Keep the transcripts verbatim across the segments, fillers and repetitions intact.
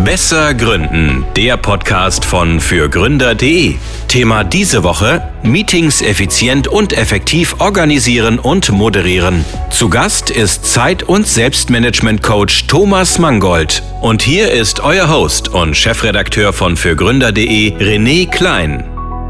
Besser Gründen, der Podcast von fürgründer punkt de. Thema diese Woche: Meetings effizient und effektiv organisieren und moderieren. Zu Gast ist Zeit- und Selbstmanagement-Coach Thomas Mangold. Und hier ist euer Host und Chefredakteur von fürgründer punkt de, René Klein.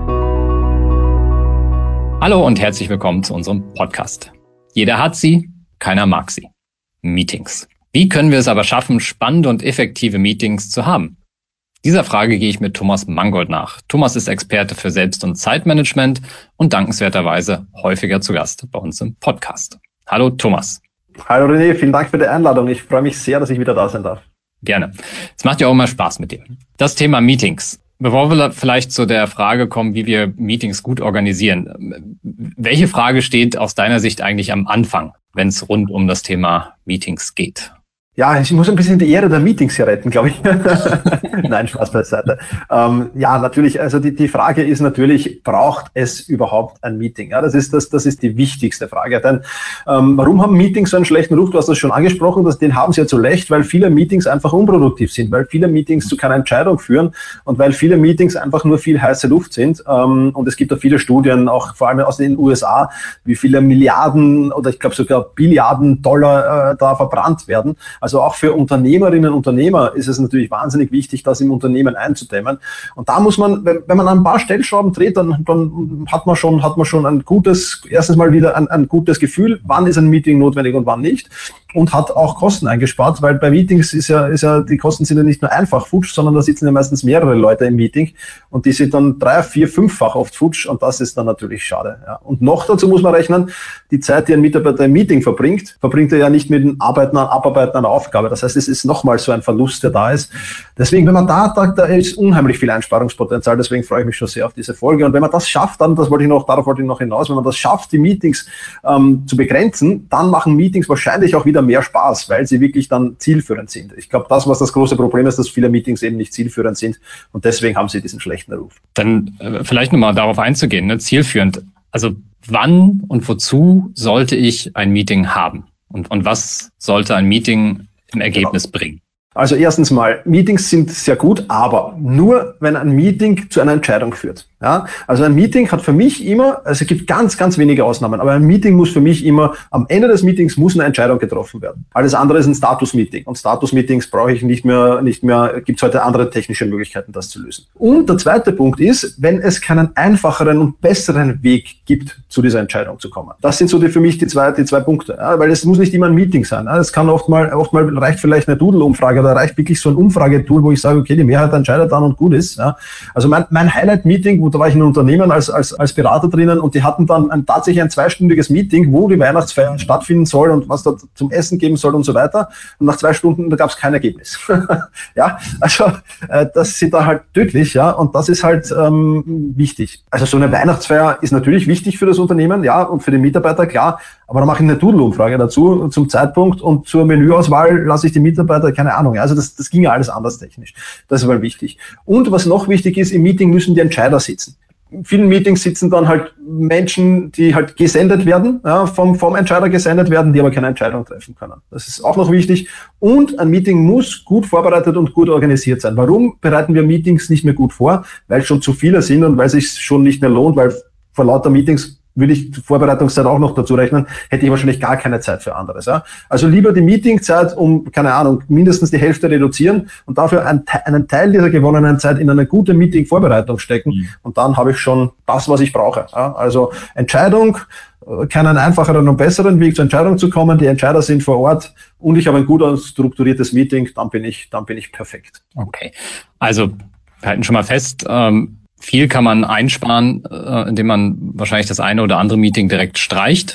Hallo und herzlich willkommen zu unserem Podcast. Jeder hat sie, keiner mag sie. Meetings. Wie können wir es aber schaffen, spannende und effektive Meetings zu haben? Dieser Frage gehe ich mit Thomas Mangold nach. Thomas ist Experte für Selbst- und Zeitmanagement und dankenswerterweise häufiger zu Gast bei uns im Podcast. Hallo Thomas. Hallo René, vielen Dank für die Einladung. Ich freue mich sehr, dass ich wieder da sein darf. Gerne. Es macht ja auch immer Spaß mit dir. Das Thema Meetings. Bevor wir vielleicht zu der Frage kommen, wie wir Meetings gut organisieren, welche Frage steht aus deiner Sicht eigentlich am Anfang, wenn es rund um das Thema Meetings geht? Ja, ich muss ein bisschen die Ehre der Meetings hier retten, glaube ich. Nein, Spaß beiseite. Ähm, ja, natürlich, also die, die Frage ist natürlich, braucht es überhaupt ein Meeting? Ja, das ist das, das ist die wichtigste Frage. Denn ähm, warum haben Meetings so einen schlechten Ruf? Du hast das schon angesprochen, dass, den haben sie ja zu Recht, weil viele Meetings einfach unproduktiv sind, weil viele Meetings zu keiner Entscheidung führen und weil viele Meetings einfach nur viel heiße Luft sind. Ähm, und es gibt da viele Studien, auch vor allem aus den U S A, wie viele Milliarden oder ich glaube sogar Billiarden Dollar äh, da verbrannt werden. Also auch für Unternehmerinnen und Unternehmer ist es natürlich wahnsinnig wichtig, das im Unternehmen einzudämmen. Und da muss man, wenn, wenn man an ein paar Stellschrauben dreht, dann, dann hat man schon, hat man schon ein gutes, erstens mal wieder ein, ein gutes Gefühl, wann ist ein Meeting notwendig und wann nicht. Und hat auch Kosten eingespart, weil bei Meetings ist ja, ist ja, die Kosten sind ja nicht nur einfach futsch, sondern da sitzen ja meistens mehrere Leute im Meeting und die sind dann drei, vier, fünffach oft futsch und das ist dann natürlich schade. Ja. Und noch dazu muss man rechnen, die Zeit, die ein Mitarbeiter im Meeting verbringt, verbringt er ja nicht mit dem Arbeiten an, Abarbeiten einer Aufgabe. Das heißt, es ist nochmal so ein Verlust, der da ist. Deswegen, wenn man da, da, da ist unheimlich viel Einsparungspotenzial, deswegen freue ich mich schon sehr auf diese Folge. Und wenn man das schafft, dann, das wollte ich noch, darauf wollte ich noch hinaus, wenn man das schafft, die Meetings ähm, zu begrenzen, dann machen Meetings wahrscheinlich auch wieder mehr Spaß, weil sie wirklich dann zielführend sind. Ich glaube, das, was das große Problem ist, dass viele Meetings eben nicht zielführend sind und deswegen haben sie diesen schlechten Ruf. Dann äh, vielleicht nochmal darauf einzugehen, ne? Zielführend. Also wann und wozu sollte ich ein Meeting haben? Und, und was sollte ein Meeting im Ergebnis genau. bringen? Also erstens mal, Meetings sind sehr gut, aber nur, wenn ein Meeting zu einer Entscheidung führt. Ja, also ein Meeting hat für mich immer, also es gibt ganz, ganz wenige Ausnahmen, aber ein Meeting muss für mich immer, am Ende des Meetings muss eine Entscheidung getroffen werden. Alles andere ist ein Status-Meeting und Status-Meetings brauche ich nicht mehr, nicht mehr, gibt es heute andere technische Möglichkeiten, das zu lösen. Und der zweite Punkt ist, wenn es keinen einfacheren und besseren Weg gibt, zu dieser Entscheidung zu kommen. Das sind so die, für mich die zwei, die zwei Punkte, ja, weil es muss nicht immer ein Meeting sein. Ja, es kann oft mal, oft mal reicht vielleicht eine Doodle-Umfrage oder reicht wirklich so ein Umfragetool, wo ich sage, okay, die Mehrheit entscheidet dann und gut ist. Ja. Also mein, mein Highlight-Meeting, wo da war ich in einem Unternehmen als, als, als Berater drinnen und die hatten dann ein, tatsächlich ein zweistündiges Meeting, wo die Weihnachtsfeier stattfinden soll und was da zum Essen geben soll und so weiter. Und nach zwei Stunden, da gab es kein Ergebnis. Ja, also äh, das sind da halt tödlich, ja, und das ist halt ähm, wichtig. Also so eine Weihnachtsfeier ist natürlich wichtig für das Unternehmen, ja, und für den Mitarbeiter, klar, aber da mache ich eine Doodle-Umfrage dazu zum Zeitpunkt und zur Menüauswahl lasse ich die Mitarbeiter, keine Ahnung, ja, also das, das ging ja alles anders technisch. Das ist mal wichtig. Und was noch wichtig ist, im Meeting müssen die Entscheider sitzen. In vielen Meetings sitzen dann halt Menschen, die halt gesendet werden, ja, vom, vom Entscheider gesendet werden, die aber keine Entscheidung treffen können. Das ist auch noch wichtig. Und ein Meeting muss gut vorbereitet und gut organisiert sein. Warum bereiten wir Meetings nicht mehr gut vor? Weil schon zu viele sind und weil es sich schon nicht mehr lohnt, weil vor lauter Meetings würde ich Vorbereitungszeit auch noch dazu rechnen, hätte ich wahrscheinlich gar keine Zeit für anderes. Ja? Also lieber die Meetingzeit um, keine Ahnung, mindestens die Hälfte reduzieren und dafür einen, einen Teil dieser gewonnenen Zeit in eine gute Meeting-Vorbereitung stecken. Mhm. Und dann habe ich schon das, was ich brauche. Ja? Also Entscheidung, keinen einfacheren und besseren Weg zur Entscheidung zu kommen. Die Entscheider sind vor Ort und ich habe ein gut strukturiertes Meeting, dann bin ich, dann bin ich perfekt. Okay. Also, wir halten schon mal fest, ähm viel kann man einsparen, äh, indem man wahrscheinlich das eine oder andere Meeting direkt streicht.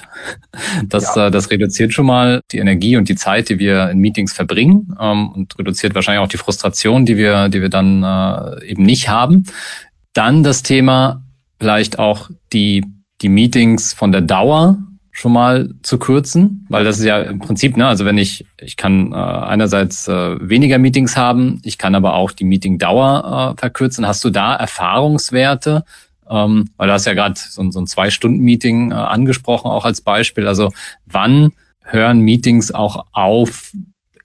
Das, ja. äh, das reduziert schon mal die Energie und die Zeit, die wir in Meetings verbringen, ähm, und reduziert wahrscheinlich auch die Frustration, die wir, die wir dann äh, eben nicht haben. Dann das Thema vielleicht auch die, die Meetings von der Dauer schon mal zu kürzen, weil das ist ja im Prinzip, ne, also wenn ich, ich kann äh, einerseits äh, weniger Meetings haben, ich kann aber auch die Meetingdauer äh, verkürzen. Hast du da Erfahrungswerte? Ähm, weil du hast ja gerade so, so ein Zwei-Stunden-Meeting äh, angesprochen, auch als Beispiel. Also wann hören Meetings auch auf,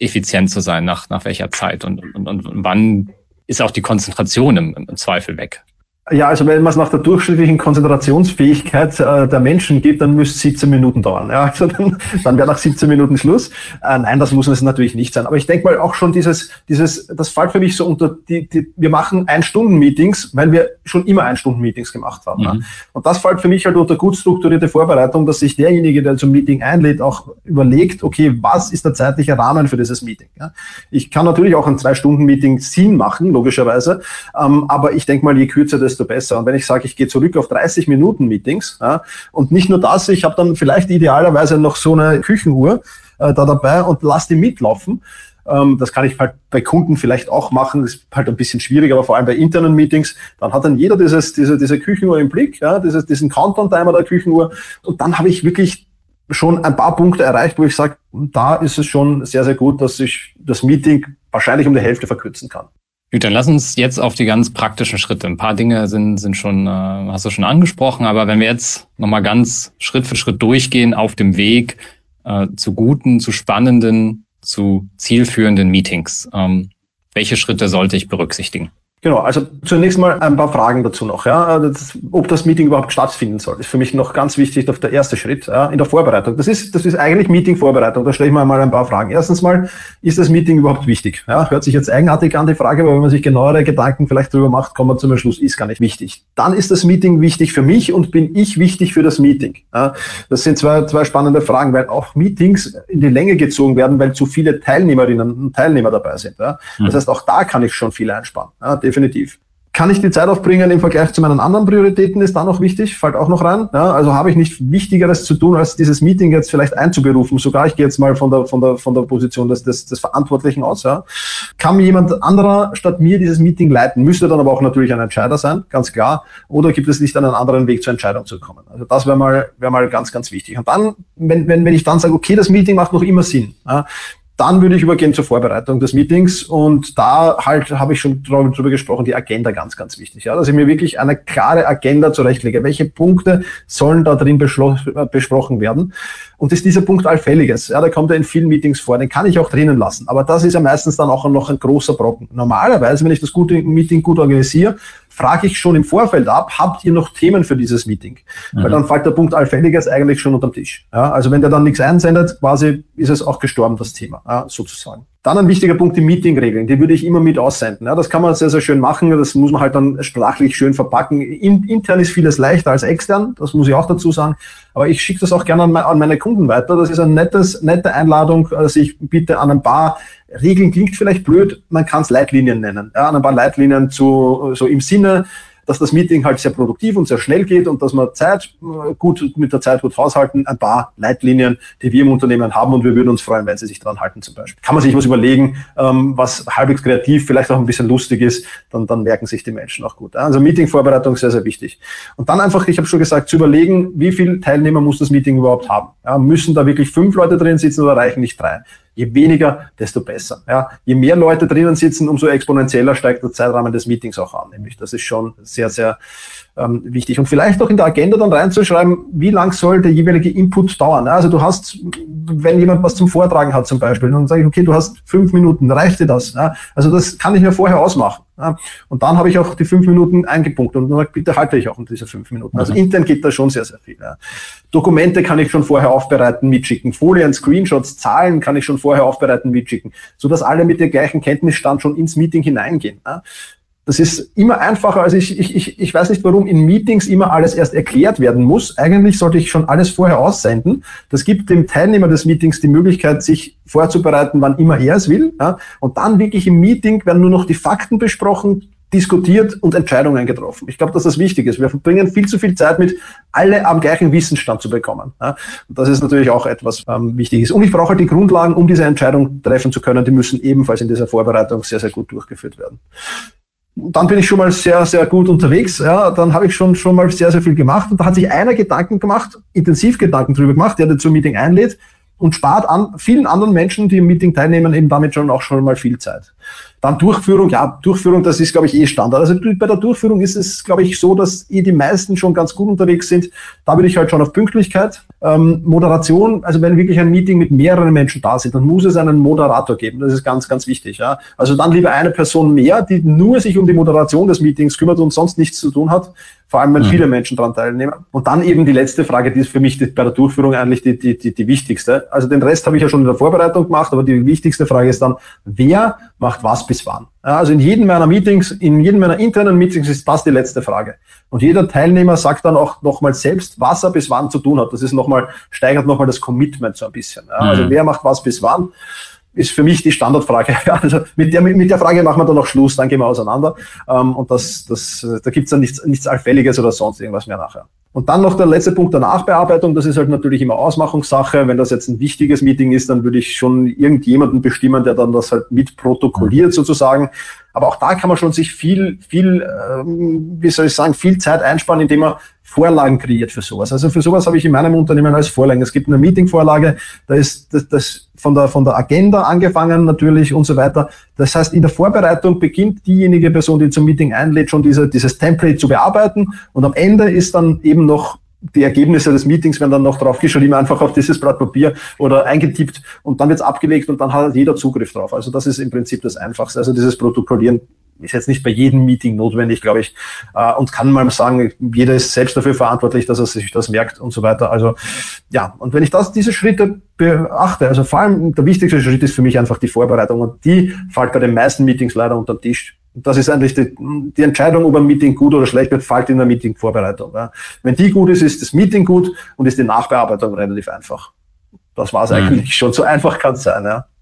effizient zu sein, nach, nach welcher Zeit und, und, und wann ist auch die Konzentration im, im Zweifel weg? Ja, also wenn man es nach der durchschnittlichen Konzentrationsfähigkeit äh, der Menschen gibt, dann müsste es siebzehn Minuten dauern. Ja, also dann, dann wäre nach siebzehn Minuten Schluss. Äh, nein, das muss es natürlich nicht sein. Aber ich denke mal auch schon dieses, dieses, das fällt für mich so unter die, die wir machen Ein-Stunden-Meetings, weil wir schon immer Ein-Stunden-Meetings gemacht haben. Mhm. Ja. Und das fällt für mich halt unter gut strukturierte Vorbereitung, dass sich derjenige, der zum Meeting einlädt, auch überlegt, okay, was ist der zeitliche Rahmen für dieses Meeting? Ja. Ich kann natürlich auch ein Zwei-Stunden-Meeting Sinn machen, logischerweise. Ähm, aber ich denke mal, je kürzer, desto besser. Und wenn ich sage, ich gehe zurück auf dreißig Minuten Meetings, ja, und nicht nur das, ich habe dann vielleicht idealerweise noch so eine Küchenuhr äh, da dabei und lasse die mitlaufen. Ähm, das kann ich halt bei Kunden vielleicht auch machen, das ist halt ein bisschen schwierig, aber vor allem bei internen Meetings, dann hat dann jeder dieses, diese, diese Küchenuhr im Blick, ja, dieses, diesen Countdown-Timer der Küchenuhr, und dann habe ich wirklich schon ein paar Punkte erreicht, wo ich sage, da ist es schon sehr, sehr gut, dass ich das Meeting wahrscheinlich um die Hälfte verkürzen kann. Gut, dann lass uns jetzt auf die ganz praktischen Schritte. Ein paar Dinge sind sind schon, äh, hast du schon angesprochen, aber wenn wir jetzt nochmal ganz Schritt für Schritt durchgehen auf dem Weg äh, zu guten, zu spannenden, zu zielführenden Meetings, ähm, welche Schritte sollte ich berücksichtigen? Genau, also zunächst mal ein paar Fragen dazu noch. Ja, das, ob das Meeting überhaupt stattfinden soll, ist für mich noch ganz wichtig, auf der erste Schritt, ja, in der Vorbereitung. Das ist, das ist eigentlich Meeting-Vorbereitung. Da stelle ich mir mal ein paar Fragen. Erstens mal, ist das Meeting überhaupt wichtig? Ja, hört sich jetzt eigenartig an, die Frage, aber wenn man sich genauere Gedanken vielleicht drüber macht, kommt man zum Schluss, ist gar nicht wichtig. Dann ist das Meeting wichtig für mich und bin ich wichtig für das Meeting? Ja, das sind zwei, zwei spannende Fragen, weil auch Meetings in die Länge gezogen werden, weil zu viele Teilnehmerinnen und Teilnehmer dabei sind. Ja. Das heißt, auch da kann ich schon viel einsparen. Ja, definitiv. Kann ich die Zeit aufbringen im Vergleich zu meinen anderen Prioritäten, ist da noch wichtig, fällt auch noch rein. Ja, also habe ich nicht Wichtigeres zu tun, als dieses Meeting jetzt vielleicht einzuberufen. Sogar ich gehe jetzt mal von der, von der, von der Position des, des, des Verantwortlichen aus. Ja. Kann jemand anderer statt mir dieses Meeting leiten? Müsste dann aber auch natürlich ein Entscheider sein, ganz klar. Oder gibt es nicht einen anderen Weg zur Entscheidung zu kommen? Also das wäre mal, wäre mal ganz, ganz wichtig. Und dann, wenn, wenn, wenn ich dann sage, okay, das Meeting macht noch immer Sinn, ja, dann würde ich übergehen zur Vorbereitung des Meetings, und da halt habe ich schon drüber gesprochen, die Agenda ganz, ganz wichtig. Ja, dass ich mir wirklich eine klare Agenda zurechtlege. Welche Punkte sollen da drin beschlo- besprochen werden? Und ist dieser Punkt allfälliges? Ja, der kommt ja in vielen Meetings vor, den kann ich auch drinnen lassen. Aber das ist ja meistens dann auch noch ein großer Brocken. Normalerweise, wenn ich das gute Meeting gut organisiere, frage ich schon im Vorfeld ab, habt ihr noch Themen für dieses Meeting? Mhm. Weil dann fällt der Punkt allfälliges eigentlich schon unterm Tisch. Ja, also wenn der dann nichts einsendet, quasi ist es auch gestorben, das Thema, ja, sozusagen. Dann ein wichtiger Punkt, die Meeting-Regeln, die würde ich immer mit aussenden. Ja, das kann man sehr, sehr schön machen, das muss man halt dann sprachlich schön verpacken. In, intern ist vieles leichter als extern, das muss ich auch dazu sagen. Aber ich schicke das auch gerne an, an meine Kunden weiter. Das ist eine nettes, nette Einladung, dass ich bitte an ein paar Regeln, klingt vielleicht blöd, man kann es Leitlinien nennen. Ja, an ein paar Leitlinien zu, so im Sinne, dass das Meeting halt sehr produktiv und sehr schnell geht und dass wir Zeit gut, mit der Zeit gut haushalten. Ein paar Leitlinien, die wir im Unternehmen haben, und wir würden uns freuen, wenn Sie sich daran halten zum Beispiel. Kann man sich was überlegen, was halbwegs kreativ, vielleicht auch ein bisschen lustig ist, dann, dann merken sich die Menschen auch gut. Also Meeting-Vorbereitung sehr, sehr wichtig. Und dann einfach, ich habe schon gesagt, zu überlegen, wie viele Teilnehmer muss das Meeting überhaupt haben. Ja, müssen da wirklich fünf Leute drin sitzen oder reichen nicht drei? Je weniger, desto besser. Ja, je mehr Leute drinnen sitzen, umso exponentieller steigt der Zeitrahmen des Meetings auch an. Nämlich, das ist schon sehr, sehr ähm, wichtig. Und vielleicht auch in der Agenda dann reinzuschreiben, wie lang soll der jeweilige Input dauern. Also du hast, wenn jemand was zum Vortragen hat zum Beispiel, dann sage ich, okay, du hast fünf Minuten, reicht dir das? Ja, also das kann ich mir vorher ausmachen. Ja, und dann habe ich auch die fünf Minuten eingepunkt und sage, bitte halte ich auch um diese fünf Minuten. Also intern geht da schon sehr, sehr viel. Ja. Dokumente kann ich schon vorher aufbereiten, mitschicken. Folien, Screenshots, Zahlen kann ich schon vorher aufbereiten, mitschicken, sodass alle mit dem gleichen Kenntnisstand schon ins Meeting hineingehen. Ja. Das ist immer einfacher, als ich, ich, ich, ich weiß nicht, warum in Meetings immer alles erst erklärt werden muss. Eigentlich sollte ich schon alles vorher aussenden. Das gibt dem Teilnehmer des Meetings die Möglichkeit, sich vorzubereiten, wann immer er es will. Ja. Und dann wirklich im Meeting werden nur noch die Fakten besprochen, diskutiert und Entscheidungen getroffen. Ich glaube, dass das wichtig ist. Wir verbringen viel zu viel Zeit mit, alle am gleichen Wissensstand zu bekommen. Ja. Und das ist natürlich auch etwas ähm, Wichtiges. Und ich brauche halt die Grundlagen, um diese Entscheidung treffen zu können. Die müssen ebenfalls in dieser Vorbereitung sehr, sehr gut durchgeführt werden. Dann bin ich schon mal sehr, sehr gut unterwegs. Ja, dann habe ich schon, schon mal sehr, sehr viel gemacht. Und da hat sich einer Gedanken gemacht, intensiv Gedanken drüber gemacht, der zum Meeting einlädt und spart an vielen anderen Menschen, die im Meeting teilnehmen, eben damit schon auch schon mal viel Zeit. Dann Durchführung, ja, Durchführung, das ist, glaube ich, eh Standard. Also bei der Durchführung ist es, glaube ich, so, dass eh die meisten schon ganz gut unterwegs sind. Da würde ich halt schon auf Pünktlichkeit. Ähm, Moderation, also wenn wirklich ein Meeting mit mehreren Menschen da sind, dann muss es einen Moderator geben. Das ist ganz, ganz wichtig. Ja. Also dann lieber eine Person mehr, die nur sich um die Moderation des Meetings kümmert und sonst nichts zu tun hat. Vor allem, wenn viele Menschen daran teilnehmen. Und dann eben die letzte Frage, die ist für mich die, bei der Durchführung eigentlich die, die, die, die wichtigste. Also den Rest habe ich ja schon in der Vorbereitung gemacht, aber die wichtigste Frage ist dann, wer macht was bis wann? Ja, also in jedem meiner Meetings, in jedem meiner internen Meetings ist das die letzte Frage. Und jeder Teilnehmer sagt dann auch nochmal selbst, was er bis wann zu tun hat. Das ist nochmal, steigert nochmal das Commitment so ein bisschen. Ja, also mhm. wer macht was bis wann? Ist für mich die Standardfrage. Also mit der, mit der Frage machen wir dann noch Schluss, dann gehen wir auseinander. Und das, das, da gibt's dann nichts, nichts Allfälliges oder sonst irgendwas mehr nachher. Und dann noch der letzte Punkt der Nachbearbeitung. Das ist halt natürlich immer Ausmachungssache. Wenn das jetzt ein wichtiges Meeting ist, dann würde ich schon irgendjemanden bestimmen, der dann das halt mit protokolliert sozusagen. Aber auch da kann man schon sich viel, viel, ähm, wie soll ich sagen, viel Zeit einsparen, indem man Vorlagen kreiert für sowas. Also für sowas habe ich in meinem Unternehmen als Vorlagen. Es gibt eine Meetingvorlage, da ist das, das von der von der Agenda angefangen natürlich und so weiter. Das heißt, in der Vorbereitung beginnt diejenige Person, die zum Meeting einlädt, schon diese, dieses Template zu bearbeiten und am Ende ist dann eben noch die Ergebnisse des Meetings werden dann noch draufgeschrieben, einfach auf dieses Blatt Papier oder eingetippt und dann wird's abgelegt und dann hat jeder Zugriff drauf. Also das ist im Prinzip das Einfachste. Also dieses Protokollieren ist jetzt nicht bei jedem Meeting notwendig, glaube ich, und kann mal sagen, jeder ist selbst dafür verantwortlich, dass er sich das merkt und so weiter. Also ja, und wenn ich das, diese Schritte beachte, also vor allem der wichtigste Schritt ist für mich einfach die Vorbereitung und die fällt bei den meisten Meetings leider unter den Tisch. Das ist eigentlich die, die Entscheidung, ob ein Meeting gut oder schlecht wird, fällt in der Meeting-Vorbereitung. Ja. Wenn die gut ist, ist das Meeting gut und ist die Nachbearbeitung relativ einfach. Das war es mhm. eigentlich schon. So einfach kann es sein, ja.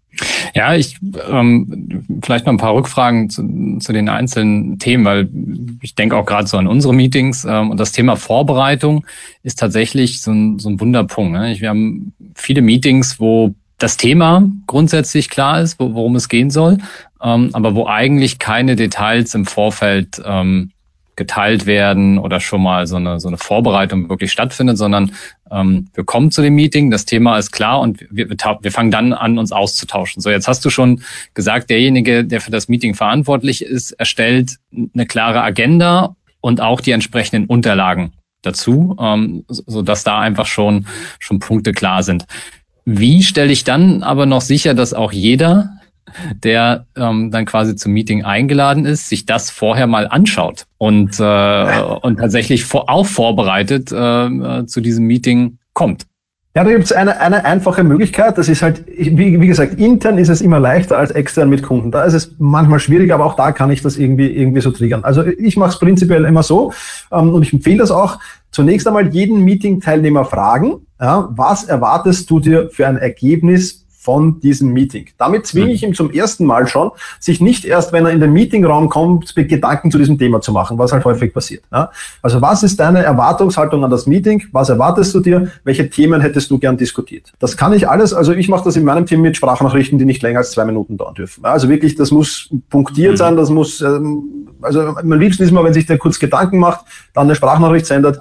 Ja, ich ähm, vielleicht noch ein paar Rückfragen zu, zu den einzelnen Themen, weil ich denke auch gerade so an unsere Meetings ähm, und das Thema Vorbereitung ist tatsächlich so ein, so ein Wunderpunkt. Ne? Wir haben viele Meetings, wo das Thema grundsätzlich klar ist, wo, worum es gehen soll, ähm, aber wo eigentlich keine Details im Vorfeld ähm, geteilt werden oder schon mal so eine so eine Vorbereitung wirklich stattfindet, sondern ähm, wir kommen zu dem Meeting, das Thema ist klar und wir, wir fangen dann an, uns auszutauschen. So, jetzt hast du schon gesagt, derjenige, der für das Meeting verantwortlich ist, erstellt eine klare Agenda und auch die entsprechenden Unterlagen dazu, ähm, so dass da einfach schon schon Punkte klar sind. Wie stelle ich dann aber noch sicher, dass auch jeder, der ähm, dann quasi zum Meeting eingeladen ist, sich das vorher mal anschaut und äh, und tatsächlich vor, auch vorbereitet äh, zu diesem Meeting kommt? Ja, da gibt's eine eine einfache Möglichkeit. Das ist halt, wie, wie gesagt, intern ist es immer leichter als extern mit Kunden. Da ist es manchmal schwierig, aber auch da kann ich das irgendwie irgendwie so triggern. Also ich mache es prinzipiell immer so ähm, und ich empfehle das auch. Zunächst einmal jeden Meeting-Teilnehmer fragen, ja, was erwartest du dir für ein Ergebnis von diesem Meeting. Damit zwinge ich ihn zum ersten Mal schon, sich nicht erst, wenn er in den Meetingraum kommt, Gedanken zu diesem Thema zu machen, was halt häufig passiert. Ja? Also was ist deine Erwartungshaltung an das Meeting? Was erwartest du dir? Welche Themen hättest du gern diskutiert? Das kann ich alles, also ich mache das in meinem Team mit Sprachnachrichten, die nicht länger als zwei Minuten dauern dürfen. Also wirklich, das muss punktiert mhm. sein, das muss, ähm, also am liebsten ist mal, wenn sich der kurz Gedanken macht, dann eine Sprachnachricht sendet.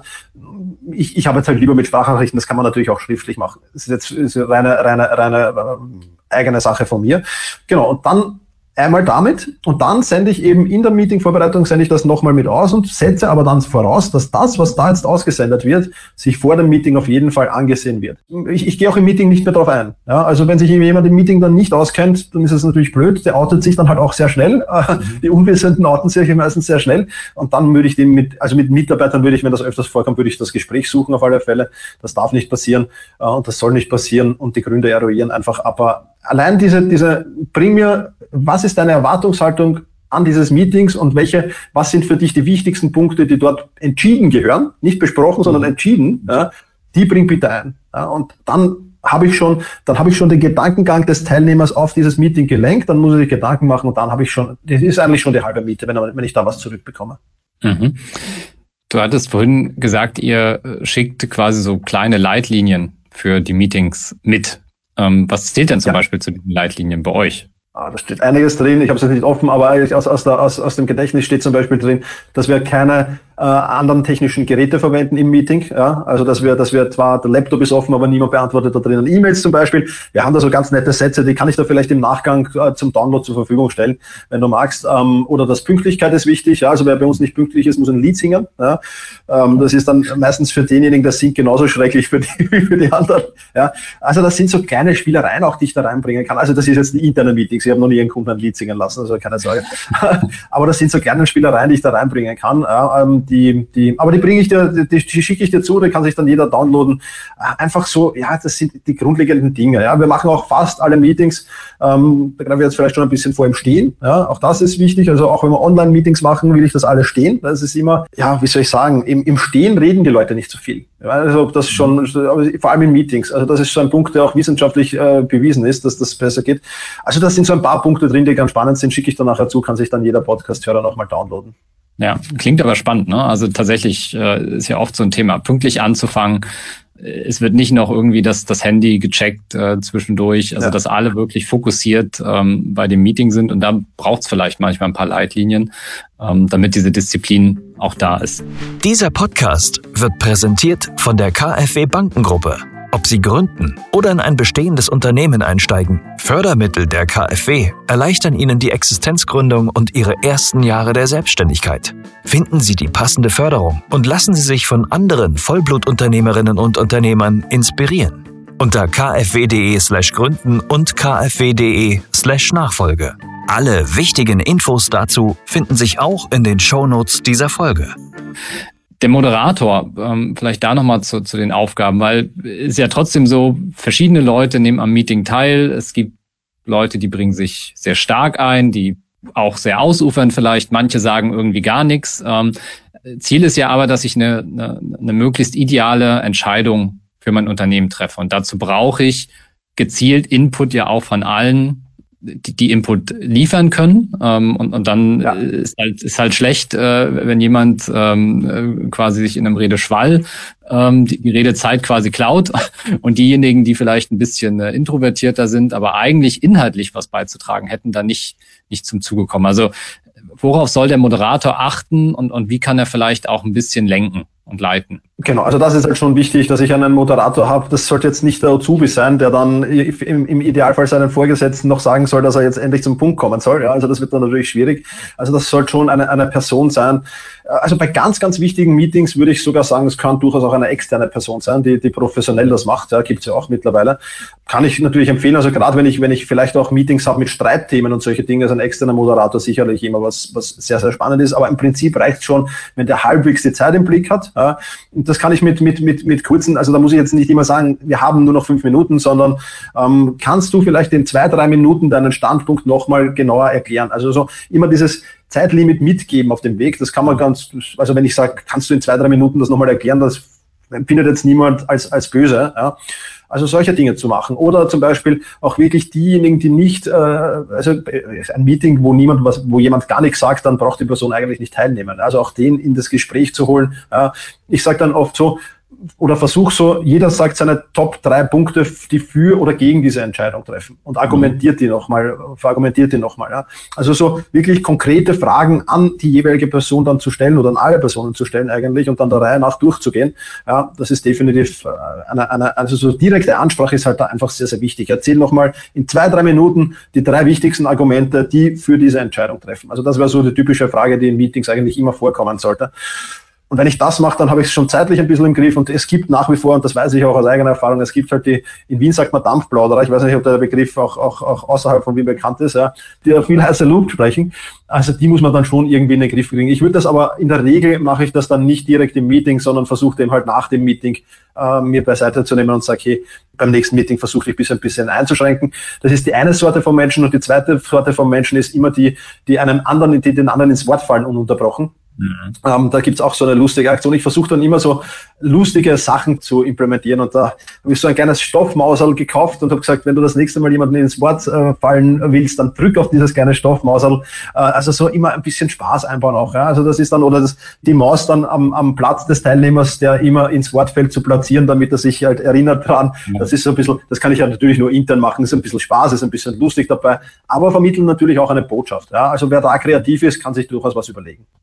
Ich, ich habe jetzt halt lieber mit Sprachnachrichten, das kann man natürlich auch schriftlich machen. Das ist jetzt ist reine, reine, reine äh, eigene Sache von mir. Genau, und dann einmal damit und dann sende ich eben in der Meeting-Vorbereitung sende ich das nochmal mit aus und setze aber dann voraus, dass das, was da jetzt ausgesendet wird, sich vor dem Meeting auf jeden Fall angesehen wird. Ich, ich gehe auch im Meeting nicht mehr drauf ein. Ja, also wenn sich jemand im Meeting dann nicht auskennt, dann ist es natürlich blöd. Der outet sich dann halt auch sehr schnell. Mhm. Die Unwissenden outen sich meistens sehr schnell. Und dann würde ich den mit, also mit Mitarbeitern würde ich, wenn das öfters vorkommt, würde ich das Gespräch suchen auf alle Fälle. Das darf nicht passieren und das soll nicht passieren und die Gründe eruieren einfach. Aber allein diese, diese, bring mir, was ist deine Erwartungshaltung an dieses Meetings und welche, was sind für dich die wichtigsten Punkte, die dort entschieden gehören, nicht besprochen, sondern entschieden, ja, die bring bitte ein. Ja, und dann habe ich schon, dann habe ich schon den Gedankengang des Teilnehmers auf dieses Meeting gelenkt, dann muss er sich Gedanken machen und dann habe ich schon, das ist eigentlich schon die halbe Miete, wenn, wenn ich da was zurückbekomme. Mhm. Du hattest vorhin gesagt, ihr schickt quasi so kleine Leitlinien für die Meetings mit. Ähm, was zählt denn zum ja. Beispiel zu diesen Leitlinien bei euch? Ah, da steht einiges drin, ich habe es jetzt nicht offen, aber aus, aus, der, aus, aus dem Gedächtnis steht zum Beispiel drin, dass wir keine äh, anderen technischen Geräte verwenden im Meeting. Ja? Also dass wir, dass wir zwar, der Laptop ist offen, aber niemand beantwortet da drinnen E-Mails zum Beispiel. Wir haben da so ganz nette Sätze, die kann ich da vielleicht im Nachgang äh, zum Download zur Verfügung stellen, wenn du magst. Ähm, oder das Pünktlichkeit ist wichtig. Ja? Also wer bei uns nicht pünktlich ist, muss ein Lied singen. Ja? Ähm, das ist dann meistens für denjenigen, der singt, genauso schrecklich für die, wie für die anderen. Ja? Also das sind so kleine Spielereien auch, die ich da reinbringen kann. Also das ist jetzt die interne Meetings. Ich habe noch nie einen Kunden ein Lied singen lassen, also keine Sorge. Aber das sind so kleine Spielereien, die ich da reinbringen kann. Ja? Ähm, die, die, aber die bringe ich dir, die, die schicke ich dir zu, die kann sich dann jeder downloaden. Äh, einfach so, ja, das sind die grundlegenden Dinge. Ja? Wir machen auch fast alle Meetings, ähm, da greifen wir jetzt vielleicht schon ein bisschen vor im Stehen. Ja? Auch das ist wichtig. Also auch wenn wir Online-Meetings machen, will ich das alles stehen. Das ist immer, ja, wie soll ich sagen, im, im Stehen reden die Leute nicht so viel. Ja, also ob das schon, vor allem in Meetings, also das ist so ein Punkt, der auch wissenschaftlich äh, bewiesen ist, dass das besser geht. Also da sind so ein paar Punkte drin, die ganz spannend sind, schicke ich dann nachher zu, kann sich dann jeder Podcast-Hörer nochmal downloaden. Ja, klingt aber spannend, ne? Also tatsächlich äh, ist ja oft so ein Thema, pünktlich anzufangen. Es wird nicht noch irgendwie das, das Handy gecheckt äh, zwischendurch, also ja. dass alle wirklich fokussiert ähm, bei dem Meeting sind, und da braucht es vielleicht manchmal ein paar Leitlinien, ähm, damit diese Disziplin auch da ist. Dieser Podcast wird präsentiert von der KfW Bankengruppe. Ob Sie gründen oder in ein bestehendes Unternehmen einsteigen, Fördermittel der KfW erleichtern Ihnen die Existenzgründung und Ihre ersten Jahre der Selbstständigkeit. Finden Sie die passende Förderung und lassen Sie sich von anderen Vollblutunternehmerinnen und Unternehmern inspirieren. Unter kfw.de slash gründen und kfw.de slash Nachfolge. Alle wichtigen Infos dazu finden sich auch in den Shownotes dieser Folge. Der Moderator, ähm, vielleicht da nochmal zu, zu den Aufgaben, weil es ist ja trotzdem so, verschiedene Leute nehmen am Meeting teil. Es gibt Leute, die bringen sich sehr stark ein, die auch sehr ausufern vielleicht. Manche sagen irgendwie gar nichts. Ähm, Ziel ist ja aber, dass ich eine, eine, eine möglichst ideale Entscheidung für mein Unternehmen treffe. Und dazu brauche ich gezielt Input ja auch von allen, die, die Input liefern können. Ähm, und, und dann ja. ist halt, ist halt schlecht, äh, wenn jemand ähm, quasi sich in einem Redeschwall ähm, die, die Redezeit quasi klaut, und diejenigen, die vielleicht ein bisschen äh, introvertierter sind, aber eigentlich inhaltlich was beizutragen hätten, dann nicht, nicht zum Zuge kommen. Also worauf soll der Moderator achten, und, und wie kann er vielleicht auch ein bisschen lenken und leiten? Genau, also das ist halt schon wichtig, dass ich einen Moderator habe. Das sollte jetzt nicht der Azubi sein, der dann im, im Idealfall seinen Vorgesetzten noch sagen soll, dass er jetzt endlich zum Punkt kommen soll. Ja, also das wird dann natürlich schwierig. Also das sollte schon eine, eine Person sein. Also bei ganz, ganz wichtigen Meetings würde ich sogar sagen, es kann durchaus auch eine externe Person sein, die, die professionell das macht. Ja, gibt's ja auch mittlerweile. Kann ich natürlich empfehlen. Also gerade wenn ich, wenn ich vielleicht auch Meetings habe mit Streitthemen und solche Dinge, ist ein externer Moderator sicherlich immer was, was sehr, sehr spannend ist. Aber im Prinzip reicht schon, wenn der halbwegs die Zeit im Blick hat. Ja, und das kann ich mit, mit, mit, mit kurzen, also da muss ich jetzt nicht immer sagen, wir haben nur noch fünf Minuten, sondern ähm, kannst du vielleicht in zwei, drei Minuten deinen Standpunkt nochmal genauer erklären. Also so immer dieses Zeitlimit mitgeben auf dem Weg, das kann man ganz, also wenn ich sage, kannst du in zwei, drei Minuten das nochmal erklären, das empfindet jetzt niemand als, als böse, ja. Also solche Dinge zu machen. Oder zum Beispiel auch wirklich diejenigen, die nicht, äh, also ein Meeting, wo niemand was, wo jemand gar nichts sagt, dann braucht die Person eigentlich nicht teilnehmen. Also auch den in das Gespräch zu holen. Ja. Ich sage dann oft so, oder versuch so, jeder sagt seine Top drei Punkte, die für oder gegen diese Entscheidung treffen, und argumentiert die nochmal, verargumentiert die nochmal. Ja. Also so wirklich konkrete Fragen an die jeweilige Person dann zu stellen oder an alle Personen zu stellen eigentlich, und dann der Reihe nach durchzugehen. Ja, das ist definitiv eine, eine, also so direkte Ansprache ist halt da einfach sehr, sehr wichtig. Erzähl nochmal in zwei, drei Minuten die drei wichtigsten Argumente, die für diese Entscheidung treffen. Also das wäre so die typische Frage, die in Meetings eigentlich immer vorkommen sollte. Und wenn ich das mache, dann habe ich es schon zeitlich ein bisschen im Griff, und es gibt nach wie vor, und das weiß ich auch aus eigener Erfahrung, es gibt halt die, in Wien sagt man Dampfplauderer, ich weiß nicht, ob der Begriff auch, auch, auch außerhalb von Wien bekannt ist, ja, die auf viel heißer Luft sprechen. Also die muss man dann schon irgendwie in den Griff kriegen. Ich würde das aber, in der Regel mache ich das dann nicht direkt im Meeting, sondern versuche dem halt nach dem Meeting äh, mir beiseite zu nehmen und sage, hey, beim nächsten Meeting versuche ich ein bisschen, ein bisschen einzuschränken. Das ist die eine Sorte von Menschen, und die zweite Sorte von Menschen ist immer die, die einem anderen, die den anderen ins Wort fallen, ununterbrochen. Mhm. Ähm, da gibt's auch so eine lustige Aktion. Ich versuche dann immer so lustige Sachen zu implementieren, und da habe ich so ein kleines Stoffmauserl gekauft und habe gesagt, wenn du das nächste Mal jemanden ins Wort äh, fallen willst, dann drück auf dieses kleine Stoffmauserl. Äh, also so immer ein bisschen Spaß einbauen auch. Ja? Also das ist dann, oder das, die Maus dann am, am Platz des Teilnehmers, der immer ins Wort fällt, zu platzieren, damit er sich halt erinnert dran. Mhm. Das ist so ein bisschen, das kann ich ja natürlich nur intern machen, ist ein bisschen Spaß, ist ein bisschen lustig dabei, aber vermitteln natürlich auch eine Botschaft. Ja? Also wer da kreativ ist, kann sich durchaus was überlegen. Dann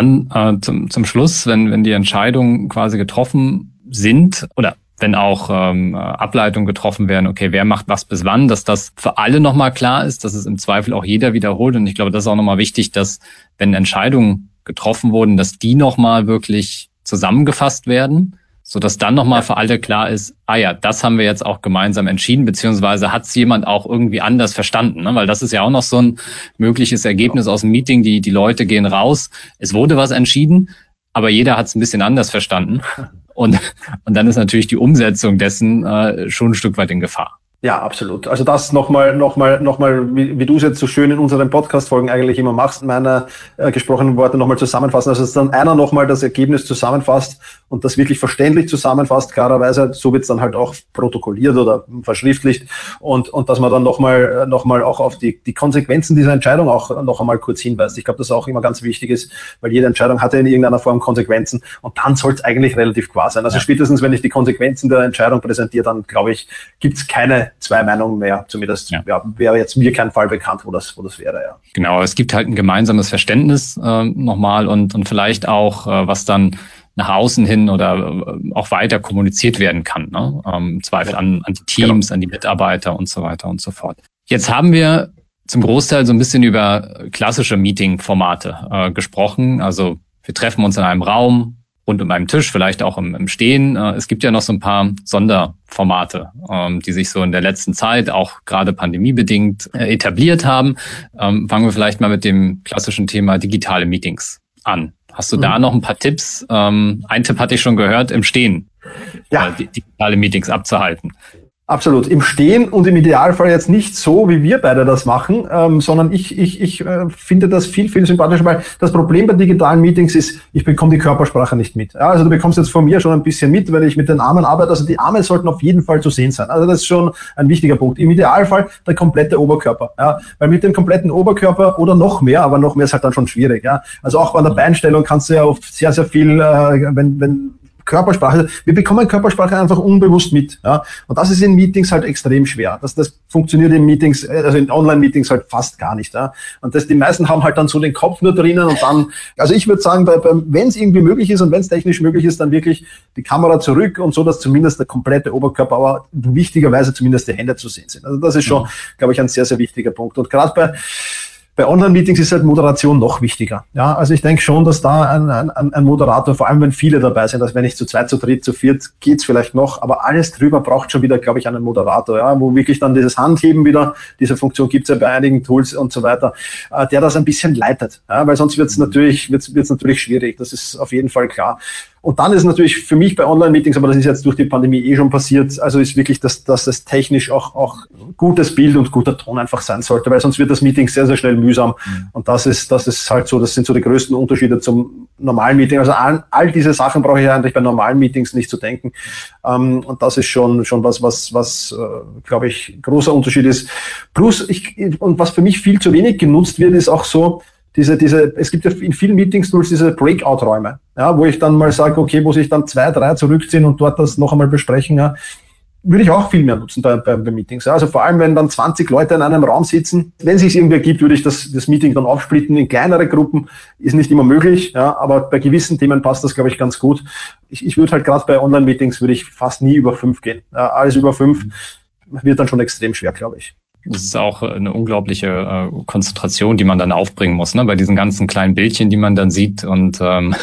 dann äh, zum, zum Schluss, wenn, wenn die Entscheidungen quasi getroffen sind oder wenn auch ähm, Ableitungen getroffen werden, okay, wer macht was bis wann, dass das für alle nochmal klar ist, dass es im Zweifel auch jeder wiederholt. Und ich glaube, das ist auch nochmal wichtig, dass, wenn Entscheidungen getroffen wurden, dass die nochmal wirklich zusammengefasst werden, sodass dann nochmal für alle klar ist, ah ja, das haben wir jetzt auch gemeinsam entschieden, beziehungsweise hat es jemand auch irgendwie anders verstanden, ne? Weil das ist ja auch noch so ein mögliches Ergebnis aus dem Meeting, die, die Leute gehen raus, es wurde was entschieden, aber jeder hat es ein bisschen anders verstanden. Und, und dann ist natürlich die Umsetzung dessen äh, schon ein Stück weit in Gefahr. Ja, absolut. Also das nochmal, nochmal, nochmal, wie, wie du es jetzt so schön in unseren Podcast-Folgen eigentlich immer machst, meine äh, gesprochenen Worte nochmal zusammenfassen. Also dass dann einer nochmal das Ergebnis zusammenfasst und das wirklich verständlich zusammenfasst, klarerweise, so wird es dann halt auch protokolliert oder verschriftlicht und und dass man dann nochmal noch mal auch auf die die Konsequenzen dieser Entscheidung auch noch einmal kurz hinweist. Ich glaube, das auch immer ganz wichtig ist, weil jede Entscheidung hat ja in irgendeiner Form Konsequenzen und dann soll es eigentlich relativ klar sein. Also ja. Spätestens, wenn ich die Konsequenzen der Entscheidung präsentiere, dann glaube ich, gibt es keine zwei Meinungen mehr. Zumindest ja. Ja, wäre jetzt mir kein Fall bekannt, wo das, wo das wäre. Ja. Genau, es gibt halt ein gemeinsames Verständnis äh, nochmal und, und vielleicht auch, äh, was dann nach außen hin oder äh, auch weiter kommuniziert werden kann. Ne? Ähm, Im Zweifel an, an die Teams, genau. An die Mitarbeiter und so weiter und so fort. Jetzt haben wir zum Großteil so ein bisschen über klassische Meeting-Formate äh, gesprochen. Also wir treffen uns in einem Raum, rund um einen Tisch, vielleicht auch im, im Stehen. Es gibt ja noch so ein paar Sonderformate, ähm, die sich so in der letzten Zeit auch gerade pandemiebedingt äh, etabliert haben. Ähm, fangen wir vielleicht mal mit dem klassischen Thema digitale Meetings an. Hast du mhm. da noch ein paar Tipps? Ähm, ein Tipp hatte ich schon gehört, im Stehen ja. äh, digitale Meetings abzuhalten. Absolut. Im Stehen und im Idealfall jetzt nicht so, wie wir beide das machen, ähm, sondern ich, ich, ich äh, finde das viel, viel sympathischer, weil das Problem bei digitalen Meetings ist, ich bekomme die Körpersprache nicht mit. Ja, also du bekommst jetzt von mir schon ein bisschen mit, wenn ich mit den Armen arbeite. Also die Arme sollten auf jeden Fall zu sehen sein. Also das ist schon ein wichtiger Punkt. Im Idealfall der komplette Oberkörper. Ja, weil mit dem kompletten Oberkörper oder noch mehr, aber noch mehr ist halt dann schon schwierig. Ja, also auch bei der Beinstellung kannst du ja oft sehr, sehr viel, äh, wenn, wenn Körpersprache, wir bekommen Körpersprache einfach unbewusst mit, ja, und das ist in Meetings halt extrem schwer. Das, das funktioniert in Meetings, also in Online-Meetings halt fast gar nicht, ja, und das, die meisten haben halt dann so den Kopf nur drinnen und dann, also ich würde sagen, bei, bei, wenn es irgendwie möglich ist und wenn es technisch möglich ist, dann wirklich die Kamera zurück und so, dass zumindest der komplette Oberkörper, aber wichtigerweise zumindest die Hände zu sehen sind. Also das ist schon, mhm. glaube ich, ein sehr, sehr wichtiger Punkt. Und gerade bei Bei Online-Meetings ist halt Moderation noch wichtiger. Ja, also ich denke schon, dass da ein, ein, ein Moderator, vor allem wenn viele dabei sind, also wenn ich zu zweit, zu dritt, zu viert, geht's vielleicht noch, aber alles drüber braucht schon wieder, glaube ich, einen Moderator, ja, wo wirklich dann dieses Handheben wieder, diese Funktion gibt's ja bei einigen Tools und so weiter, äh, der das ein bisschen leitet, ja, weil sonst wird's natürlich, wird's, wird's natürlich schwierig, das ist auf jeden Fall klar. Und dann ist natürlich für mich bei Online-Meetings, aber das ist jetzt durch die Pandemie eh schon passiert, also ist wirklich, dass, dass es technisch auch, auch gutes Bild und guter Ton einfach sein sollte, weil sonst wird das Meeting sehr, sehr schnell mühsam. Mhm. Und das ist, das ist halt so, das sind so die größten Unterschiede zum normalen Meeting. Also all, all diese Sachen brauche ich eigentlich bei normalen Meetings nicht zu denken. Ähm, und das ist schon, schon was, was, was, äh, glaube ich, großer Unterschied ist. Plus, ich, und was für mich viel zu wenig genutzt wird, ist auch so, Diese, diese, es gibt ja in vielen Meetings-Tools diese Breakout-Räume, ja, wo ich dann mal sage, okay, wo sich dann zwei, drei zurückziehen und dort das noch einmal besprechen, ja, würde ich auch viel mehr nutzen bei, bei, bei Meetings. Ja. Also vor allem, wenn dann zwanzig Leute in einem Raum sitzen, wenn es sich irgendwie ergibt, würde ich das, das Meeting dann aufsplitten in kleinere Gruppen, ist nicht immer möglich, ja, aber bei gewissen Themen passt das, glaube ich, ganz gut. Ich, ich würde halt gerade bei Online-Meetings würde ich fast nie über fünf gehen. Ja, alles über fünf wird dann schon extrem schwer, glaube ich. Das ist auch eine unglaubliche äh, Konzentration, die man dann aufbringen muss, ne? Bei diesen ganzen kleinen Bildchen, die man dann sieht. Und ähm,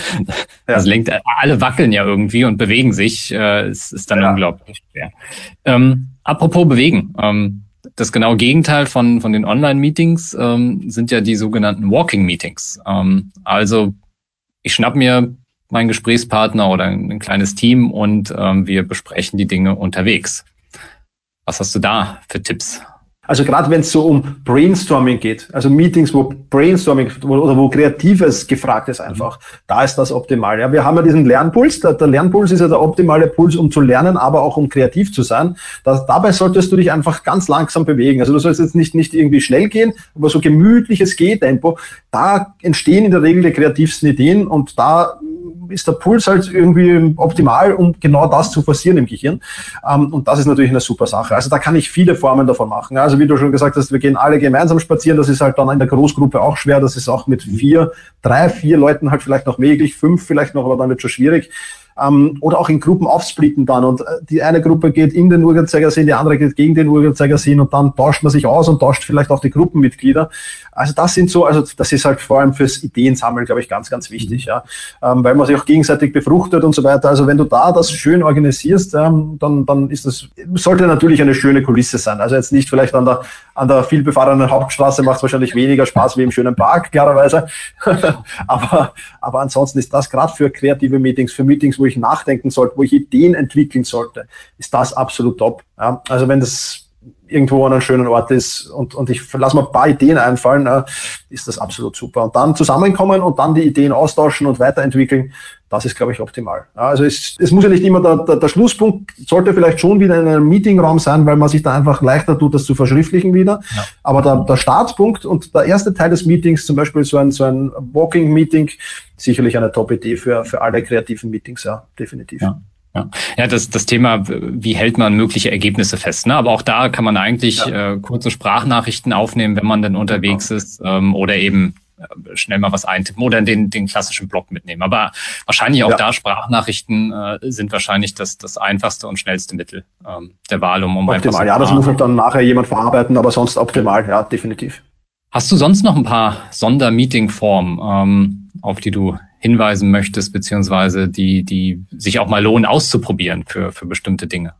ja. das lenkt, alle wackeln ja irgendwie und bewegen sich. Äh, es ist dann ja. unglaublich schwer. Ähm, apropos bewegen. Ähm, das genaue Gegenteil von von den Online-Meetings ähm, sind ja die sogenannten Walking-Meetings. Ähm, also ich schnapp mir meinen Gesprächspartner oder ein, ein kleines Team und ähm, wir besprechen die Dinge unterwegs. Was hast du da für Tipps? Also gerade wenn es so um Brainstorming geht, also Meetings, wo Brainstorming oder wo Kreatives gefragt ist einfach, mhm. da ist das optimal. Ja, wir haben ja diesen Lernpuls, der, der Lernpuls ist ja der optimale Puls, um zu lernen, aber auch um kreativ zu sein. Das, dabei solltest du dich einfach ganz langsam bewegen. Also du sollst jetzt nicht, nicht irgendwie schnell gehen, aber so gemütliches Gehtempo, da entstehen in der Regel die kreativsten Ideen und da ist der Puls halt irgendwie optimal, um genau das zu forcieren im Gehirn. Und das ist natürlich eine super Sache. Also da kann ich viele Formen davon machen. Also wie du schon gesagt hast, wir gehen alle gemeinsam spazieren. Das ist halt dann in der Großgruppe auch schwer. Das ist auch mit vier, drei, vier Leuten halt vielleicht noch möglich, fünf vielleicht noch, aber dann wird schon schwierig. Ähm, oder auch in Gruppen aufsplitten dann und die eine Gruppe geht in den Uhrzeigersinn, die andere geht gegen den Uhrzeigersinn und dann tauscht man sich aus und tauscht vielleicht auch die Gruppenmitglieder. Also das sind so, also das ist halt vor allem fürs Ideensammeln, glaube ich, ganz, ganz wichtig, ja, ähm, weil man sich auch gegenseitig befruchtet und so weiter. Also wenn du da das schön organisierst, ähm, dann dann ist das, sollte natürlich eine schöne Kulisse sein. Also jetzt nicht vielleicht an der an der vielbefahrenen Hauptstraße, macht es wahrscheinlich weniger Spaß wie im schönen Park, klarerweise. aber aber ansonsten ist das gerade für kreative Meetings, für Meetings, wo ich nachdenken sollte, wo ich Ideen entwickeln sollte, ist das absolut top. Ja, also wenn das irgendwo an einem schönen Ort ist und, und ich lasse mir ein paar Ideen einfallen, äh, ist das absolut super. Und dann zusammenkommen und dann die Ideen austauschen und weiterentwickeln, das ist, glaube ich, optimal. Ja, also es, es muss ja nicht immer der, der, der Schlusspunkt, sollte vielleicht schon wieder in einem Meetingraum sein, weil man sich da einfach leichter tut, das zu verschriftlichen wieder. Ja. Aber der, der Startpunkt und der erste Teil des Meetings, zum Beispiel so ein, so ein Walking-Meeting, sicherlich eine Top-Idee für, für alle kreativen Meetings, ja, definitiv. Ja. Ja, ja, das, das Thema, wie hält man mögliche Ergebnisse fest, ne? Aber auch da kann man eigentlich ja. äh, kurze Sprachnachrichten aufnehmen, wenn man dann unterwegs ja. ist, ähm, oder eben äh, schnell mal was eintippen oder den, den klassischen Blog mitnehmen. Aber wahrscheinlich auch ja. da Sprachnachrichten äh, sind wahrscheinlich das, das einfachste und schnellste Mittel ähm, der Wahl, um, um optimal, einfach so ja, das muss halt dann nachher jemand verarbeiten, aber sonst optimal, ja, definitiv. Hast du sonst noch ein paar Sonder-Meeting-Formen, ähm, auf die du hinweisen möchtest, beziehungsweise die, die sich auch mal lohnen auszuprobieren für, für bestimmte Dinge?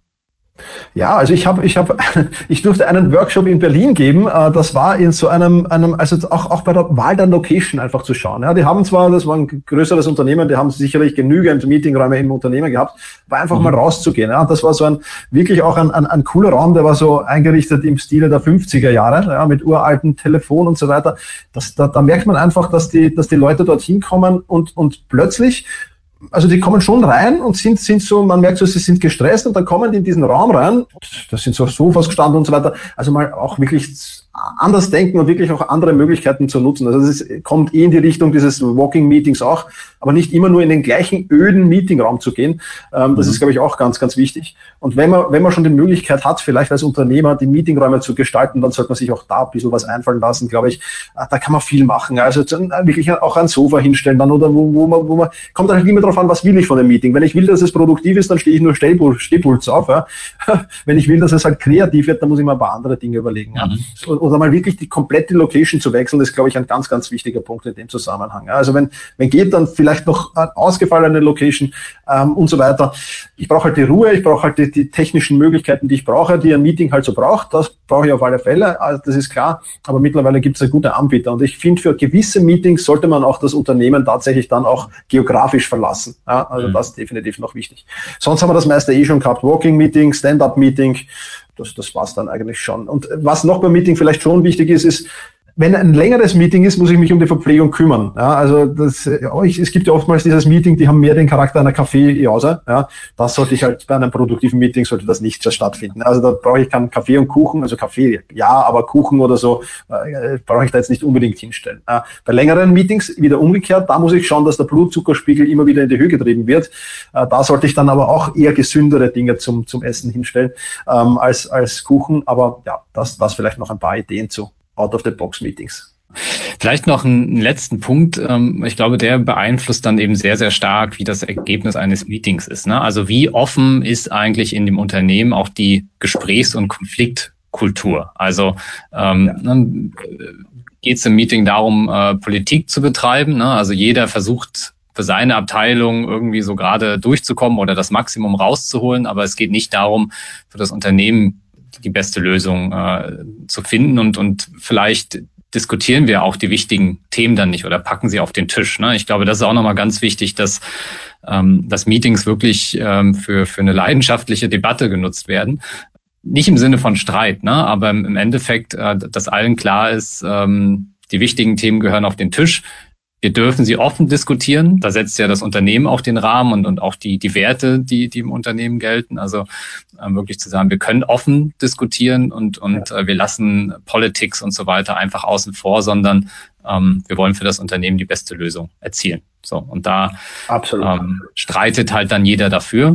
Ja, also ich habe, ich habe, ich durfte einen Workshop in Berlin geben. Das war in so einem, einem, also auch auch bei der Wahl der Location einfach zu schauen. Ja, die haben zwar, das war ein größeres Unternehmen, die haben sicherlich genügend Meetingräume im Unternehmen gehabt, aber einfach mhm. mal rauszugehen. Ja, das war so ein wirklich auch ein, ein, ein cooler Raum, der war so eingerichtet im Stile der fünfziger Jahre, ja, mit uralten Telefon und so weiter. Das, da, da merkt man einfach, dass die, dass die Leute dorthin kommen und und plötzlich also die kommen schon rein und sind sind so, man merkt so, sie sind gestresst und dann kommen die in diesen Raum rein, da sind so Sofas gestanden und so weiter, also mal auch wirklich anders denken und wirklich auch andere Möglichkeiten zu nutzen. Also es ist, kommt eh in die Richtung dieses Walking-Meetings auch, aber nicht immer nur in den gleichen öden Meetingraum zu gehen. Ähm, das mhm. ist, glaube ich, auch ganz, ganz wichtig. Und wenn man wenn man schon die Möglichkeit hat, vielleicht als Unternehmer die Meetingräume zu gestalten, dann sollte man sich auch da ein bisschen was einfallen lassen, glaube ich. Da kann man viel machen. Also wirklich auch ein Sofa hinstellen dann oder wo, wo man, wo man, kommt halt immer darauf an, was will ich von dem Meeting. Wenn ich will, dass es produktiv ist, dann stehe ich nur Stehpults auf. Ja. Wenn ich will, dass es halt kreativ wird, dann muss ich mir ein paar andere Dinge überlegen. Ja. Mhm. Oder mal wirklich die komplette Location zu wechseln, ist, glaube ich, ein ganz, ganz wichtiger Punkt in dem Zusammenhang. Ja. Also wenn, wenn geht, dann vielleicht noch eine ausgefallene Location ähm, und so weiter. Ich brauche halt die Ruhe, ich brauche halt die, die technischen Möglichkeiten, die ich brauche, die ein Meeting halt so braucht. Das brauche ich auf alle Fälle, also das ist klar. Aber mittlerweile gibt es ja gute Anbieter. Und ich finde, für gewisse Meetings sollte man auch das Unternehmen tatsächlich dann auch geografisch verlassen. Ja, also mhm. das ist definitiv noch wichtig. Sonst haben wir das meiste eh schon gehabt. Walking-Meeting, Stand-Up-Meeting. Das, das war's dann eigentlich schon. Und was noch beim Meeting vielleicht schon wichtig ist, ist, wenn ein längeres Meeting ist, muss ich mich um die Verpflegung kümmern. Ja, also das, ja, ich, es gibt ja oftmals dieses Meeting, die haben mehr den Charakter einer Kaffeejause. Ja, das sollte ich halt bei einem produktiven Meeting sollte das nicht stattfinden. Also da brauche ich keinen Kaffee und Kuchen, also Kaffee, ja, aber Kuchen oder so äh, brauche ich da jetzt nicht unbedingt hinstellen. Ja, bei längeren Meetings wieder umgekehrt, da muss ich schauen, dass der Blutzuckerspiegel immer wieder in die Höhe getrieben wird. Äh, da sollte ich dann aber auch eher gesündere Dinge zum zum Essen hinstellen ähm, als als Kuchen. Aber ja, das das vielleicht noch ein paar Ideen zu Out-of-the-Box-Meetings. Vielleicht noch einen letzten Punkt. Ich glaube, der beeinflusst dann eben sehr, sehr stark, wie das Ergebnis eines Meetings ist. Also wie offen ist eigentlich in dem Unternehmen auch die Gesprächs- und Konfliktkultur? Also ähm, ja. geht es im Meeting darum, äh, Politik zu betreiben? Ne? Also jeder versucht für seine Abteilung irgendwie so gerade durchzukommen oder das Maximum rauszuholen, aber es geht nicht darum, für das Unternehmen die beste Lösung äh, zu finden und und vielleicht diskutieren wir auch die wichtigen Themen dann nicht oder packen sie auf den Tisch. Ne? Ich glaube, das ist auch nochmal ganz wichtig, dass ähm, dass Meetings wirklich ähm, für für eine leidenschaftliche Debatte genutzt werden. Nicht im Sinne von Streit, ne? Aber im Endeffekt, äh, dass allen klar ist, ähm, die wichtigen Themen gehören auf den Tisch. Wir dürfen sie offen diskutieren. Da setzt ja das Unternehmen auch den Rahmen und, und auch die, die Werte, die, die im Unternehmen gelten. Also ähm, wirklich zu sagen, wir können offen diskutieren und, und äh, wir lassen Politics und so weiter einfach außen vor, sondern ähm, wir wollen für das Unternehmen die beste Lösung erzielen. So, und da Absolut. Ähm, streitet halt dann jeder dafür.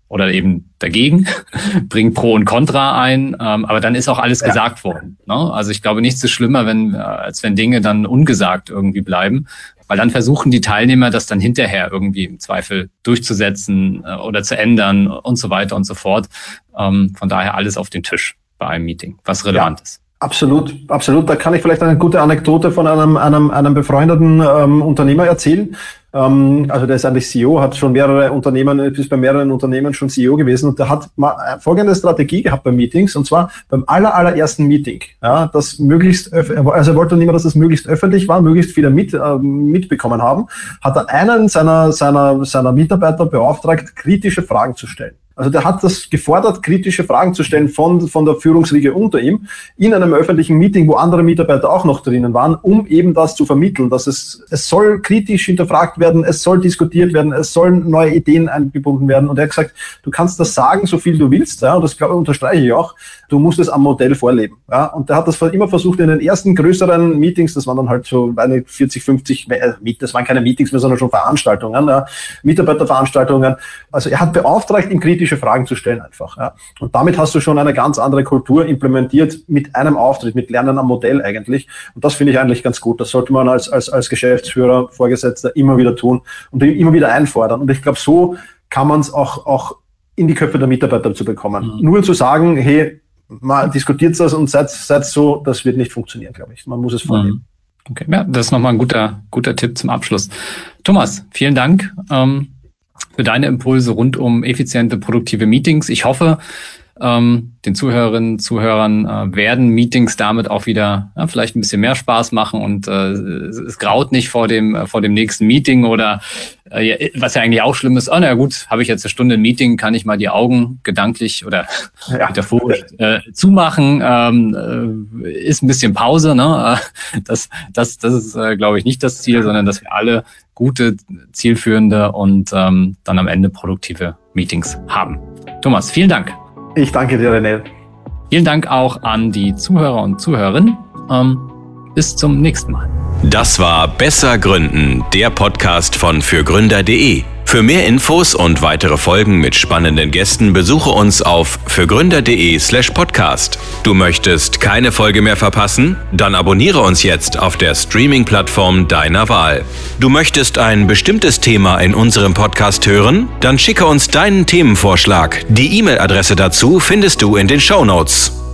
oder eben dagegen, bringen Pro und Contra ein, ähm, aber dann ist auch alles ja. gesagt worden. Ne? Also ich glaube, nichts ist schlimmer, wenn, äh, als wenn Dinge dann ungesagt irgendwie bleiben, weil dann versuchen die Teilnehmer, das dann hinterher irgendwie im Zweifel durchzusetzen äh, oder zu ändern und so weiter und so fort. Ähm, von daher alles auf den Tisch bei einem Meeting, was relevant ja. ist. Absolut, absolut. Da kann ich vielleicht eine gute Anekdote von einem, einem, einem befreundeten ähm, Unternehmer erzählen. Ähm, also der ist eigentlich C E O, hat schon mehrere Unternehmen, ist bei mehreren Unternehmen schon C E O gewesen und der hat mal folgende Strategie gehabt bei Meetings und zwar beim aller, allerersten Meeting, ja, das möglichst, öff- also er wollte immer, dass das möglichst öffentlich war, möglichst viele mit, äh, mitbekommen haben, hat er einen seiner, seiner, seiner Mitarbeiter beauftragt, kritische Fragen zu stellen. Also der hat das gefordert, kritische Fragen zu stellen von, von der Führungsriege unter ihm in einem öffentlichen Meeting, wo andere Mitarbeiter auch noch drinnen waren, um eben das zu vermitteln, dass es, es soll kritisch hinterfragt werden, es soll diskutiert werden, es sollen neue Ideen eingebunden werden. Und er hat gesagt, du kannst das sagen, so viel du willst, ja, und das glaube ich, unterstreiche ich auch, du musst es am Modell vorleben. Ja, und der hat das immer versucht in den ersten größeren Meetings, das waren dann halt so eine vierzig, fünfzig, das waren keine Meetings mehr, sondern schon Veranstaltungen, ja, Mitarbeiterveranstaltungen. Also er hat beauftragt, ihm kritische Fragen zu stellen einfach. Ja. Und damit hast du schon eine ganz andere Kultur implementiert mit einem Auftritt, mit Lernen am Modell eigentlich. Und das finde ich eigentlich ganz gut. Das sollte man als, als, als Geschäftsführer, Vorgesetzter immer wieder tun und immer wieder einfordern. Und ich glaube, so kann man es auch, auch in die Köpfe der Mitarbeiter zu bekommen. Mhm. Nur zu sagen, hey, mal diskutiert das und seid, seid so, das wird nicht funktionieren, glaube ich. Man muss es vornehmen. Okay, ja, das ist nochmal ein guter, guter Tipp zum Abschluss. Thomas, vielen Dank ähm, für deine Impulse rund um effiziente, produktive Meetings. Ich hoffe, ähm, den Zuhörerinnen, Zuhörern äh, werden Meetings damit auch wieder ja, vielleicht ein bisschen mehr Spaß machen und äh, es graut nicht vor dem äh, vor dem nächsten Meeting oder äh, was ja eigentlich auch schlimm ist, oh na gut, habe ich jetzt eine Stunde ein Meeting, kann ich mal die Augen gedanklich oder ja. metaphorisch äh, zumachen, ähm, äh, ist ein bisschen Pause, ne? Das das das ist äh, glaube ich nicht das Ziel, sondern dass wir alle gute, zielführende und ähm, dann am Ende produktive Meetings haben. Thomas, vielen Dank. Ich danke dir, René. Vielen Dank auch an die Zuhörer und Zuhörerinnen. Ähm, bis zum nächsten Mal. Das war Besser Gründen, der Podcast von fürgründer punkt de. Für mehr Infos und weitere Folgen mit spannenden Gästen besuche uns auf fürgründer punkt de slash podcast. Du möchtest keine Folge mehr verpassen? Dann abonniere uns jetzt auf der Streaming-Plattform deiner Wahl. Du möchtest ein bestimmtes Thema in unserem Podcast hören? Dann schicke uns deinen Themenvorschlag. Die E-Mail-Adresse dazu findest du in den Shownotes.